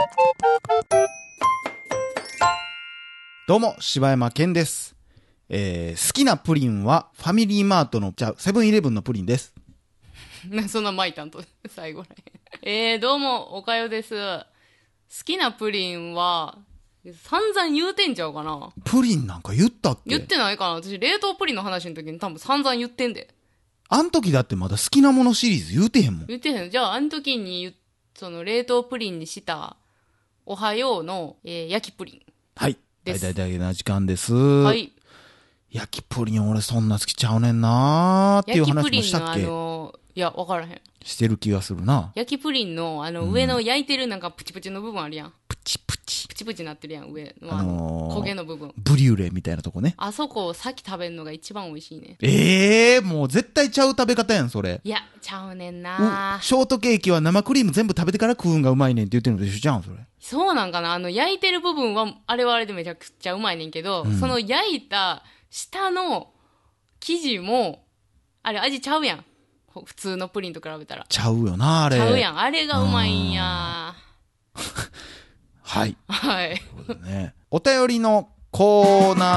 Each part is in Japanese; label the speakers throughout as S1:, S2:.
S1: どうも柴山健です。好きなプリンはファミリーマートのセブンイレブンのプリンです。
S2: そんな巻いたんと最後らへん。どうもおかよです。好きなプリンは散々言うてんちゃうかな。
S1: プリンなんか言ったっけ？
S2: 言ってないかな。私冷凍プリンの話の時に多分散々言ってんで。
S1: あん時だってまだ好きなものシリーズ言うてへんもん。
S2: 言ってへん。じゃああの時にその冷凍プリンにしたおはようの、焼きプリン。
S1: はい。
S2: です
S1: 大体な時間です。
S2: はい。
S1: 焼きプリン俺そんな好きちゃうねんなーっていう話もしたっけ？
S2: 焼きプリンのいや、わからへん。
S1: してる気がするな。
S2: 焼きプリンの上の焼いてるなんかプチプチの部分あるやん。
S1: プチプチ。
S2: プチプチなってるやん、上の焦げの部分。
S1: ブリュレみたいなとこね。
S2: あそこを先食べるのが一番美味しいね。
S1: もう絶対ちゃう食べ方やん、それ。
S2: いや、ちゃうねんな。
S1: ショートケーキは生クリーム全部食べてから食うんがうまいねんって言ってるのと一緒じゃん、それ。
S2: そうなんかな。焼いてる部分は、あれはあれでめちゃくちゃうまいねんけど、その焼いた下の生地も、あれ味ちゃうやん。普通のプリンと比べたら。
S1: ちゃうよな、あれ。
S2: ちゃうやん。あれがうまいんや。
S1: はい。
S2: はい。
S1: ね、お便りのコーナー。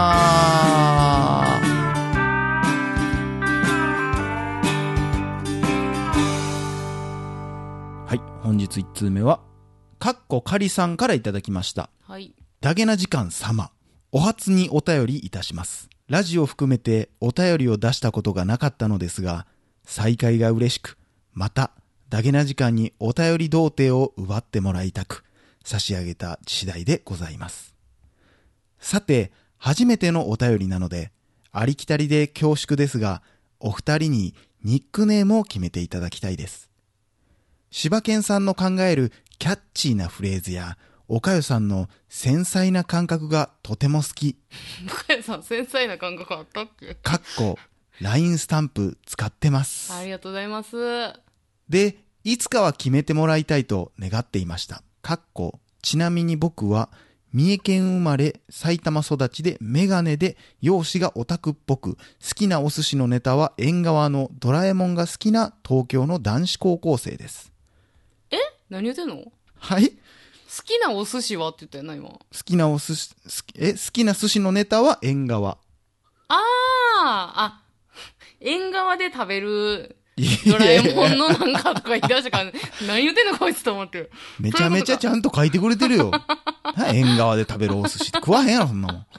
S1: はい。本日1通目は、かっこかりさんからいただきました。
S2: はい。
S1: ダゲな時間様。お初にお便りいたします。ラジオを含めてお便りを出したことがなかったのですが、再会が嬉しく、また、ダゲな時間にお便り童貞を奪ってもらいたく、差し上げた次第でございます。さて、初めてのお便りなので、ありきたりで恐縮ですが、お二人にニックネームを決めていただきたいです。柴犬さんの考えるキャッチーなフレーズや、おかよさんの繊細な感覚がとても好き。
S2: おかよさん、繊細な感覚あったっけ？
S1: かっこ、LINE スタンプ使ってます。
S2: ありがとうございます。
S1: で、いつかは決めてもらいたいと願っていました。かっこ、ちなみに僕は、三重県生まれ、埼玉育ちでメガネで、容姿がオタクっぽく、好きなお寿司のネタは縁側のドラえもんが好きな東京の男子高校生です。
S2: 何言ってんの？好
S1: はい。
S2: きなお寿司はって言ったよな、今。
S1: 好きなお寿司、好きな寿司のネタは縁側。
S2: 縁側で食べるドラえもんのなんかとか言い出したから、何言ってんのこいつと思って。
S1: めちゃめちゃちゃんと書いてくれてるよ。縁側で食べるお寿司って食わへんやろ、そんなもん。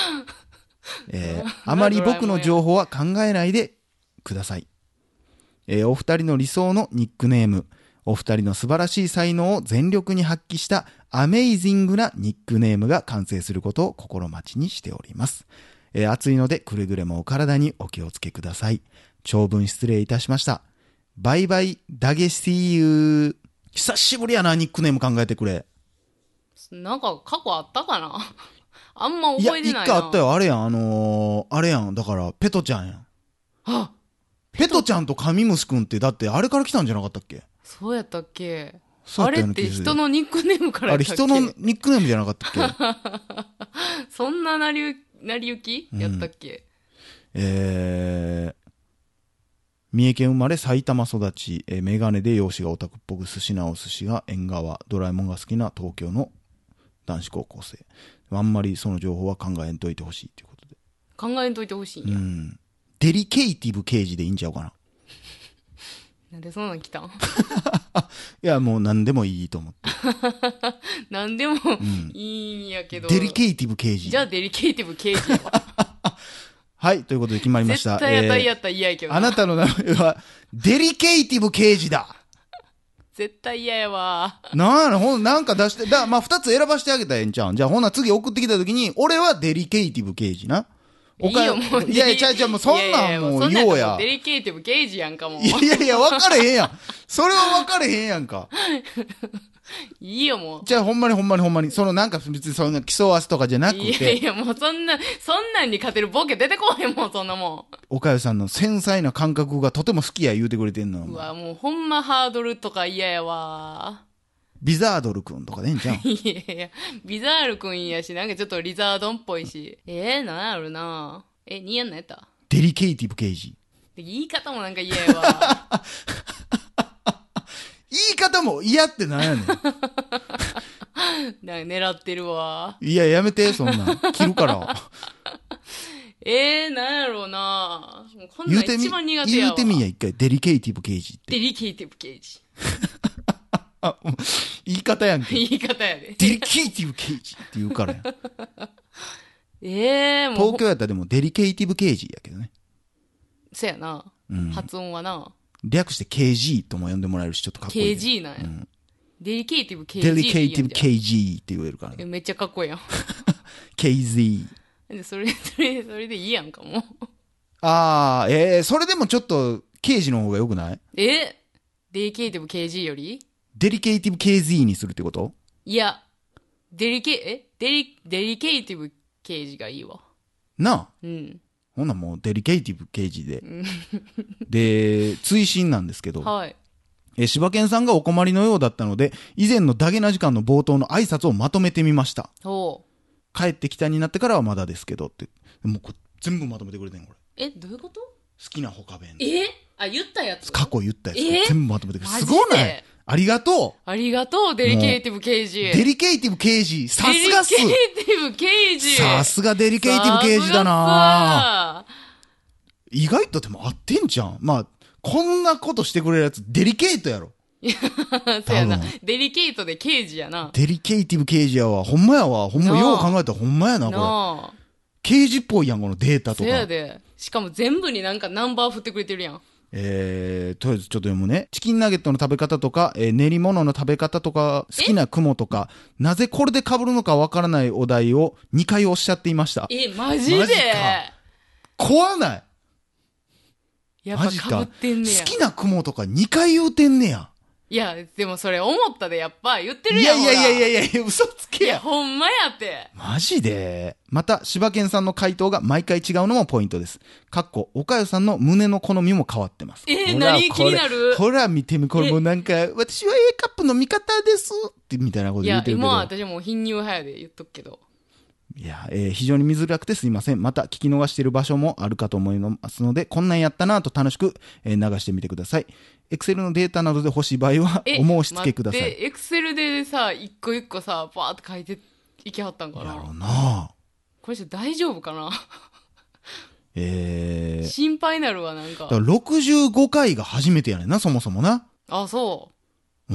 S1: あまり僕の情報は考えないでください。お二人の理想のニックネーム、お二人の素晴らしい才能を全力に発揮したアメイジングなニックネームが完成することを心待ちにしております。暑いのでくれぐれもお体にお気をつけください。長文失礼いたしました。バイバイダゲシーユー。久しぶりやな、ニックネーム考えてくれ。
S2: なんか過去あったかなあんま覚えてないな。
S1: いや、一回あったよ。あれやん、あれやん。だから、ペトちゃんやん。ペトちゃんとカミムスくんって、だってあれから来たんじゃなかったっけ？
S2: そうやったっけ？
S1: そうやったよね。
S2: あれって人のニックネームからやったっけ？
S1: あれ人のニックネームじゃなかったっけ？
S2: そんな成り行きやったっけ？
S1: 三重県生まれ埼玉育ち、メガネで容姿がオタクっぽく寿司なお寿司が縁側、ドラえもんが好きな東京の男子高校生。あんまりその情報は考えんといてほしいということで。
S2: 考えんといてほしいんや。
S1: デリケイティブ刑事でいいんちゃうかな。
S2: なんでそんなん来たん？
S1: いや、もう何でもいいと思って。
S2: 何でもいいんやけど。
S1: デリケイティブ刑事。
S2: じゃあデリケイティブ刑事やわ。
S1: はい、ということで決まりました。
S2: 絶対当たりやったら嫌やけどな。
S1: あなたの名前は、デリケイティブ刑事だ。
S2: 絶対嫌やわ。
S1: なんか出して、まあ、二つ選ばしてあげたらええんちゃうん。じゃあ、ほな次送ってきたときに、俺はデリケイティブ刑事な。
S2: いいよ、もう。
S1: いやいや、もうそんなんもう言おうや。
S2: デリケイティブ刑事やんかも。
S1: いやいや、分かれへんやん。それは分かれへんやんか。
S2: いいよ、もう。
S1: じゃあ、ほんまに。そのなんか別にそんな競わすとかじゃなくて。
S2: いやいや、もうそんなんに勝てるボケ出てこへんもん、そんなもん。
S1: おかゆさんの繊細な感覚がとても好きや言うてくれてんの。
S2: うわ、もうほんまハードルとか嫌やわ。
S1: ビザードルくんとかでんじゃん。
S2: いやいや、ビザールくんやし、なんかちょっとリザードンっぽいし。なんやろな。ニヤンなんやった
S1: デリケイティブ刑事。
S2: 言い方もなんか嫌やわ。
S1: 言い方も嫌ってなんやねん。
S2: 狙ってるわ。
S1: いや、やめて、そんなん。切るから。
S2: なんやろうな。もうこんなん一番苦手やわ。
S1: 言うてみや、一回。デリケイティブ刑事って。
S2: デリケーティブ刑事。
S1: あ、言い方やんけ。
S2: 言い方やで。
S1: デリケイティブ刑事って言うからやん。
S2: もう。
S1: 東京やったらでもデリケイティブ刑事やけどね。
S2: そやな。
S1: うん、
S2: 発音はな。
S1: 略して KG とも呼んでもらえるし、ちょっとかっこいい。
S2: KG なんや。うん、デリケイティブ KG。
S1: デリケイティブ KG って言えるからね。
S2: めっちゃかっこいいやん。
S1: KZ。
S2: それでいいやんかも。
S1: ああ、それでもちょっと、刑事の方が良くない？
S2: デリケイティブ KG より
S1: デリケイティブ KZ にするってこと？い
S2: や、デリケイティブ刑事がいいわ。
S1: なあ。
S2: うん。
S1: ほんなもうデリケイティブ刑事で。で、追伸なんですけど。
S2: はい。
S1: 柴犬さんがお困りのようだったので、以前のダゲな時間の冒頭の挨拶をまとめてみました。帰ってきたになってからはまだですけどって。もうこれ全部まとめてくれてんこれ。
S2: どういうこと？
S1: 好きな他弁。
S2: 言ったやつ？
S1: 過去言ったやつ。全部まとめてくれて。すごない？ありがとう。
S2: ありがとう、デリケイティブ刑事。
S1: デリケイティブ刑事。さすがっす。
S2: デリケイティブ刑事。
S1: さすがデリケイティブ刑事だな。意外とでも合ってんじゃん。まあ、こんなことしてくれるやつ、デリケートやろ。
S2: そうやな。デリケートで刑事やな。
S1: デリケイティブ刑事やわ。ほんまやわ。ほんまよう考えたらほんまやな、これ。刑事っぽいやん、このデータとか。
S2: そうやで。しかも全部になんかナンバー振ってくれてるやん。
S1: とりあえずちょっと読むね。チキンナゲットの食べ方とか、練り物の食べ方とか、好きな雲とか、なぜこれで被るのかわからないお題を2回おっしゃっていました。
S2: マジで？マジか。
S1: 怖ない？
S2: やっぱ被ってんねや。
S1: 好きな雲とか2回言うてんねや。
S2: いや、でもそれ思ったでやっぱ言ってるやん。
S1: いや、嘘つけや。
S2: いや、ほんまやって。
S1: マジで。また、柴犬さんの回答が毎回違うのもポイントです。おかよさんの胸の好みも変わってます。
S2: 何気になる？
S1: ほら見てみ、これもうなんか、私は A カップの味方ですってみたいなこと言ってるけど。
S2: いや、今は私も貧乳派やで言っとくけど。
S1: いや、非常に見づらくてすいません。また聞き逃している場所もあるかと思いますので、こんなんやったなと楽しく、流してみてください。Excel のデータなどで欲しい場合は、お申し付けください。
S2: Excel でさ、一個一個さ、バーって書いていきはったんかな。
S1: やろうな。
S2: これ大丈夫かな？心配なるわ、なんか。
S1: だから65回が初めてやねんな、そもそもな。
S2: あ、そう。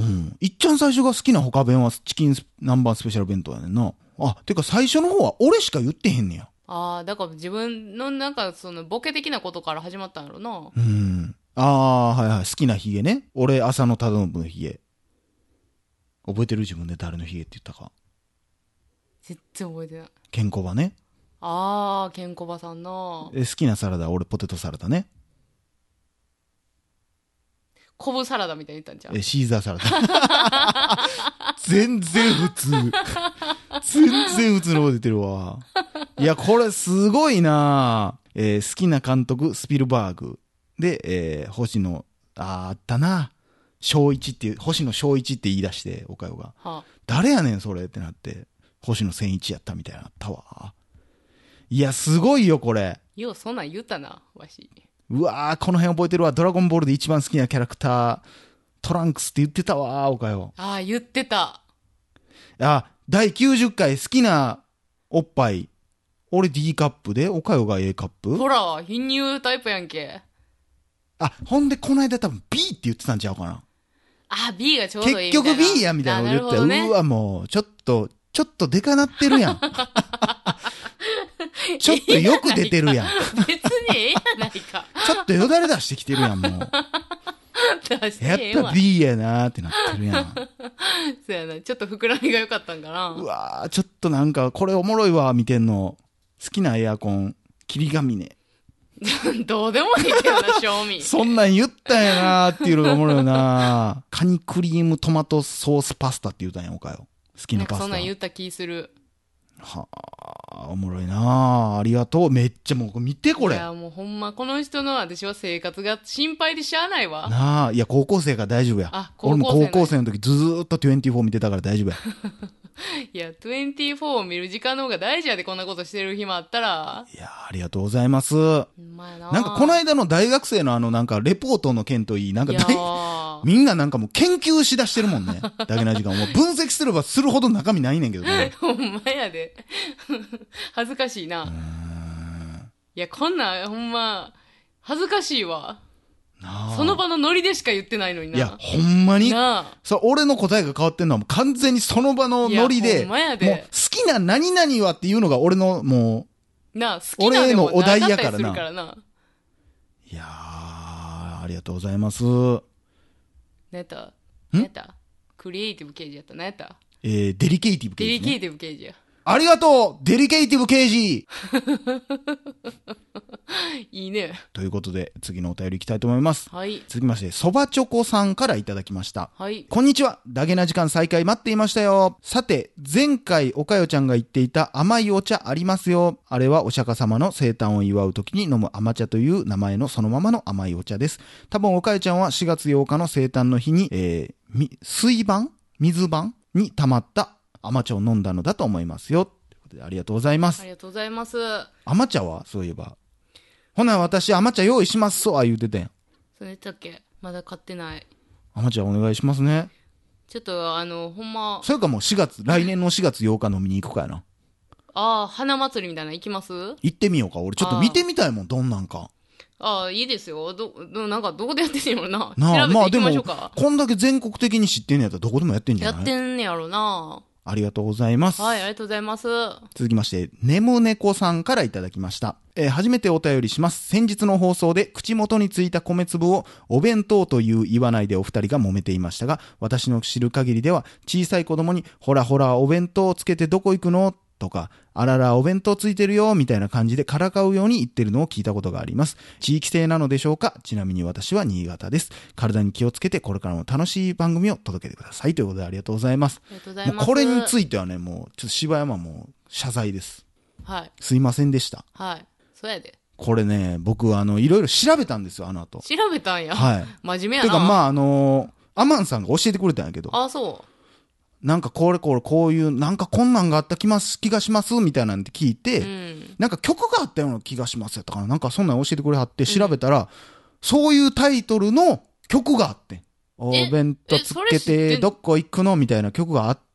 S1: うん。いっちゃん最初が好きな他弁はチキン南蛮スペシャル弁当やねんな。てか最初の方は俺しか言ってへんねや。
S2: だから自分のなんかそのボケ的なことから始まったんやろな。
S1: はいはい。好きなヒゲね。俺、浅野忠信のヒゲ。覚えてる？自分で誰のヒゲって言ったか。
S2: 全然覚えてない。
S1: ケンコバね。
S2: ケンコバさんな。
S1: 好きなサラダ、俺ポテトサラダね。
S2: コブサラダみたいに言ったんちゃう？
S1: シーザーサラダ。全然普通。全然普通のこと言ってるわ。いや、これすごいな。好きな監督、スピルバーグ。で、星野、あったな。正一っていう、星野正一って言い出して、おかよが。誰やねん、それってなって、星野千一やったみたいなあったわ。いや、すごいよ、これ。
S2: よう、そんなん言ったな、わし。
S1: うわー、この辺覚えてるわ。ドラゴンボールで一番好きなキャラクター、トランクスって言ってたわ、おかよ。
S2: 言ってた。
S1: 第90回好きなおっぱい。俺 D カップで、おかよが A カップ。
S2: ほら、貧乳タイプやんけ。
S1: ほんで、この間多分 B って言ってたんちゃうかな。
S2: B がちょうどいいみたいな。
S1: 結局 B や、みたいなこと言って、ね、うわ、もう、ちょっとデカなってるやん。ちょっとよく出てるやん。
S2: 別にええやないか。
S1: ちょっとよだれ出してきてるやん、もう。やっぱ B やなーってなってるやん。
S2: そうやな。ちょっと膨らみが良かったんかな。
S1: うわー、ちょっとなんか、これおもろいわ、見てんの。好きなエアコン、霧ヶ峰。
S2: どうでもいいけどな、賞味。
S1: そんなん言ったんやなーっていうのがおもろいよな。カニクリームトマトソースパスタって言うたんや、おかよ。好きなパスタ。
S2: そんなん言った気する。
S1: おもろいなあ。ありがとう。めっちゃもう見てこれ。い
S2: やもうほんまこの人の私は生活が心配でしゃあないわ。
S1: なあ。いや高校生が大丈夫や。俺も高校生の時ずーっと24見てたから大丈夫や。
S2: いや24を見る時間の方が大事やで、こんなことしてる暇あったら。
S1: いやありがとうございます。なんかこの間の大学生のなんかレポートの件といい、なんかみんななんかもう研究しだしてるもんね。だけな時間。もう分析すればするほど中身ないねんけどね。
S2: ほんまやで。恥ずかしいな。いや、こんなん、ほんま、恥ずかしいわ。
S1: なあ
S2: その場のノリでしか言ってないのにな。
S1: いや、ほんまに。
S2: なあ。
S1: そう、俺の答えが変わってんのはもう完全にその場のノリ
S2: い
S1: で、
S2: やほんまやで
S1: もう好きな何々はっていうのが俺のも
S2: なあ、好きなでも
S1: 俺のお題やからな
S2: なかったりするからな。
S1: う、いやー、ありがとうございます。
S2: 何やった何やったクリエイティブ刑事やった何やった
S1: デリケイティブ刑事、ね。
S2: デリケイティブ刑事や。
S1: ありがとうデリケイティブ刑事
S2: いいね。
S1: ということで、次のお便りいきたいと思います。
S2: はい。
S1: 続きまして、そばチョコさんからいただきました。
S2: はい。
S1: こんにちは。ダゲな時間再開待っていましたよ。さて、前回おかよちゃんが言っていた甘いお茶ありますよ。あれはお釈迦様の生誕を祝う時に飲む甘茶という名前のそのままの甘いお茶です。多分おかよちゃんは4月8日の生誕の日に、水盤に溜まった甘茶を飲んだのだと思いますよ。ということでありがとうございます。
S2: ありがとうございます。
S1: 甘茶はそういえば。ほな、私甘茶用意しますそう言うててん。
S2: それだっけまだ買ってない。
S1: 甘茶お願いしますね。
S2: ちょっとほんま。
S1: それかもう来年の4月8日飲みに行くかやな。
S2: ああ、花祭りみたいなの行きます？
S1: 行ってみようか。俺ちょっと見てみたいもん、どんなんか。
S2: ああ、いいですよ。なんかどこでやってんねやろな。
S1: なあ、
S2: 調べていきましょうか。
S1: こんだけ全国的に知ってんねやったらどこでもやってんじゃない？
S2: やってんねやろな。
S1: ありがとうございます。
S2: はい、ありがとうございます。
S1: 続きまして、ねむねこさんからいただきました。初めてお便りします。先日の放送で口元についた米粒をお弁当という言わないでお二人が揉めていましたが、私の知る限りでは小さい子供にほらほらお弁当をつけてどこ行くのとか、あららお弁当ついてるよみたいな感じでからかうように言ってるのを聞いたことがあります。地域性なのでしょうか？ちなみに私は新潟です。体に気をつけてこれからも楽しい番組を届けてくださいということでありがとうございます。
S2: ありがとうございます。
S1: もうこれについてはね、もうちょっと柴山も謝罪です。
S2: はい。
S1: すいませんでした。
S2: はい。そうやで。
S1: これね、僕いろいろ調べたんですよ、あの後。
S2: 調べたんや。
S1: はい。
S2: 真面目やな。
S1: てかアマンさんが教えてくれたんやけど。
S2: あ、そう。
S1: なんかこういう、なんかこんなんがあった気がしますみたいなんて聞いて、なんか曲があったような気がしますやったかな。なんかそんなん教えてくれはって調べたら、そういうタイトルの曲があってん。お弁当つけてどっこ行くのみたいな曲があって、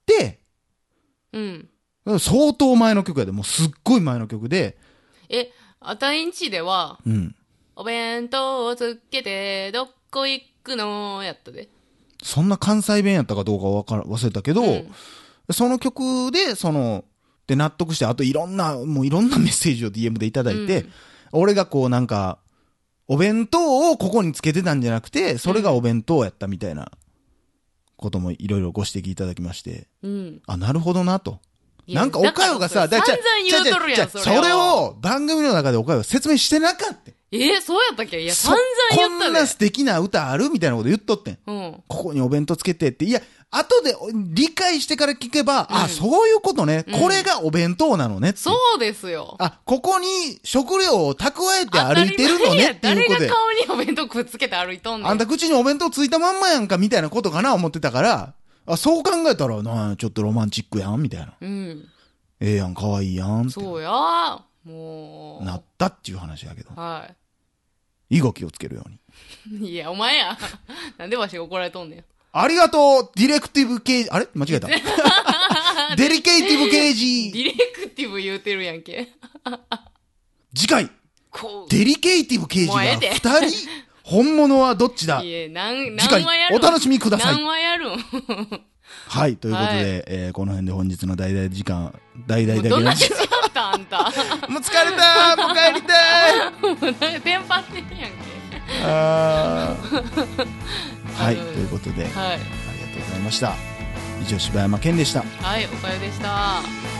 S1: 相当前の曲やで、もうすっごい前の曲で。
S2: あたいんちでは、お弁当をつけてどっこ行くのやったで。
S1: そんな関西弁やったかどうか忘れたけど、その曲で、で納得して、あといろんなメッセージを DM でいただいて、俺がこうなんか、お弁当をここにつけてたんじゃなくて、それがお弁当やったみたいなこともいろいろご指摘いただきまして、あ、なるほどなと。なんかおかよがさ、
S2: 散々言うとるやん、
S1: それを番組の中でおかよが説明してなかった。
S2: そうやったっけ？いや、散々言ったで。
S1: こんな素敵な歌あるみたいなこと言っとってん。ここにお弁当つけてって。いや、後で理解してから聞けば、あ、そういうことね。これがお弁当なのねって。
S2: そうですよ。
S1: あ、ここに食料を蓄えて歩いてるのねっていうことで。
S2: 誰が顔にお弁当くっつけて歩いとんねん。
S1: あんた口にお弁当ついたまんまやんかみたいなことかな思ってたから、あ、そう考えたらちょっとロマンチックやんみたいな。ええやん、かわいいやんって。
S2: そうや。もう。
S1: なったっていう話やけど。
S2: はい。
S1: 以後気をつけるように。
S2: いや、お前や。なんでわしが怒られとんねん。
S1: ありがとうディレクティブ刑事、あれ間違えた。デリケイティブ刑事。
S2: ディレクティブ言うてるやんけ。
S1: 次回、デリケイティブ刑事が2人本物はどっちだ
S2: 次
S1: 回、お楽しみください。
S2: 何話やるん
S1: はい、ということで、この辺で本日の大々時間、大々だけ
S2: どんな時間あったあんた。
S1: もう疲れたもう帰りたい
S2: もうなんかテンパってるやんけ。
S1: はい、ということで、
S2: はい、
S1: ありがとうございました。以上、柴山健でした。
S2: はい、おかよでした。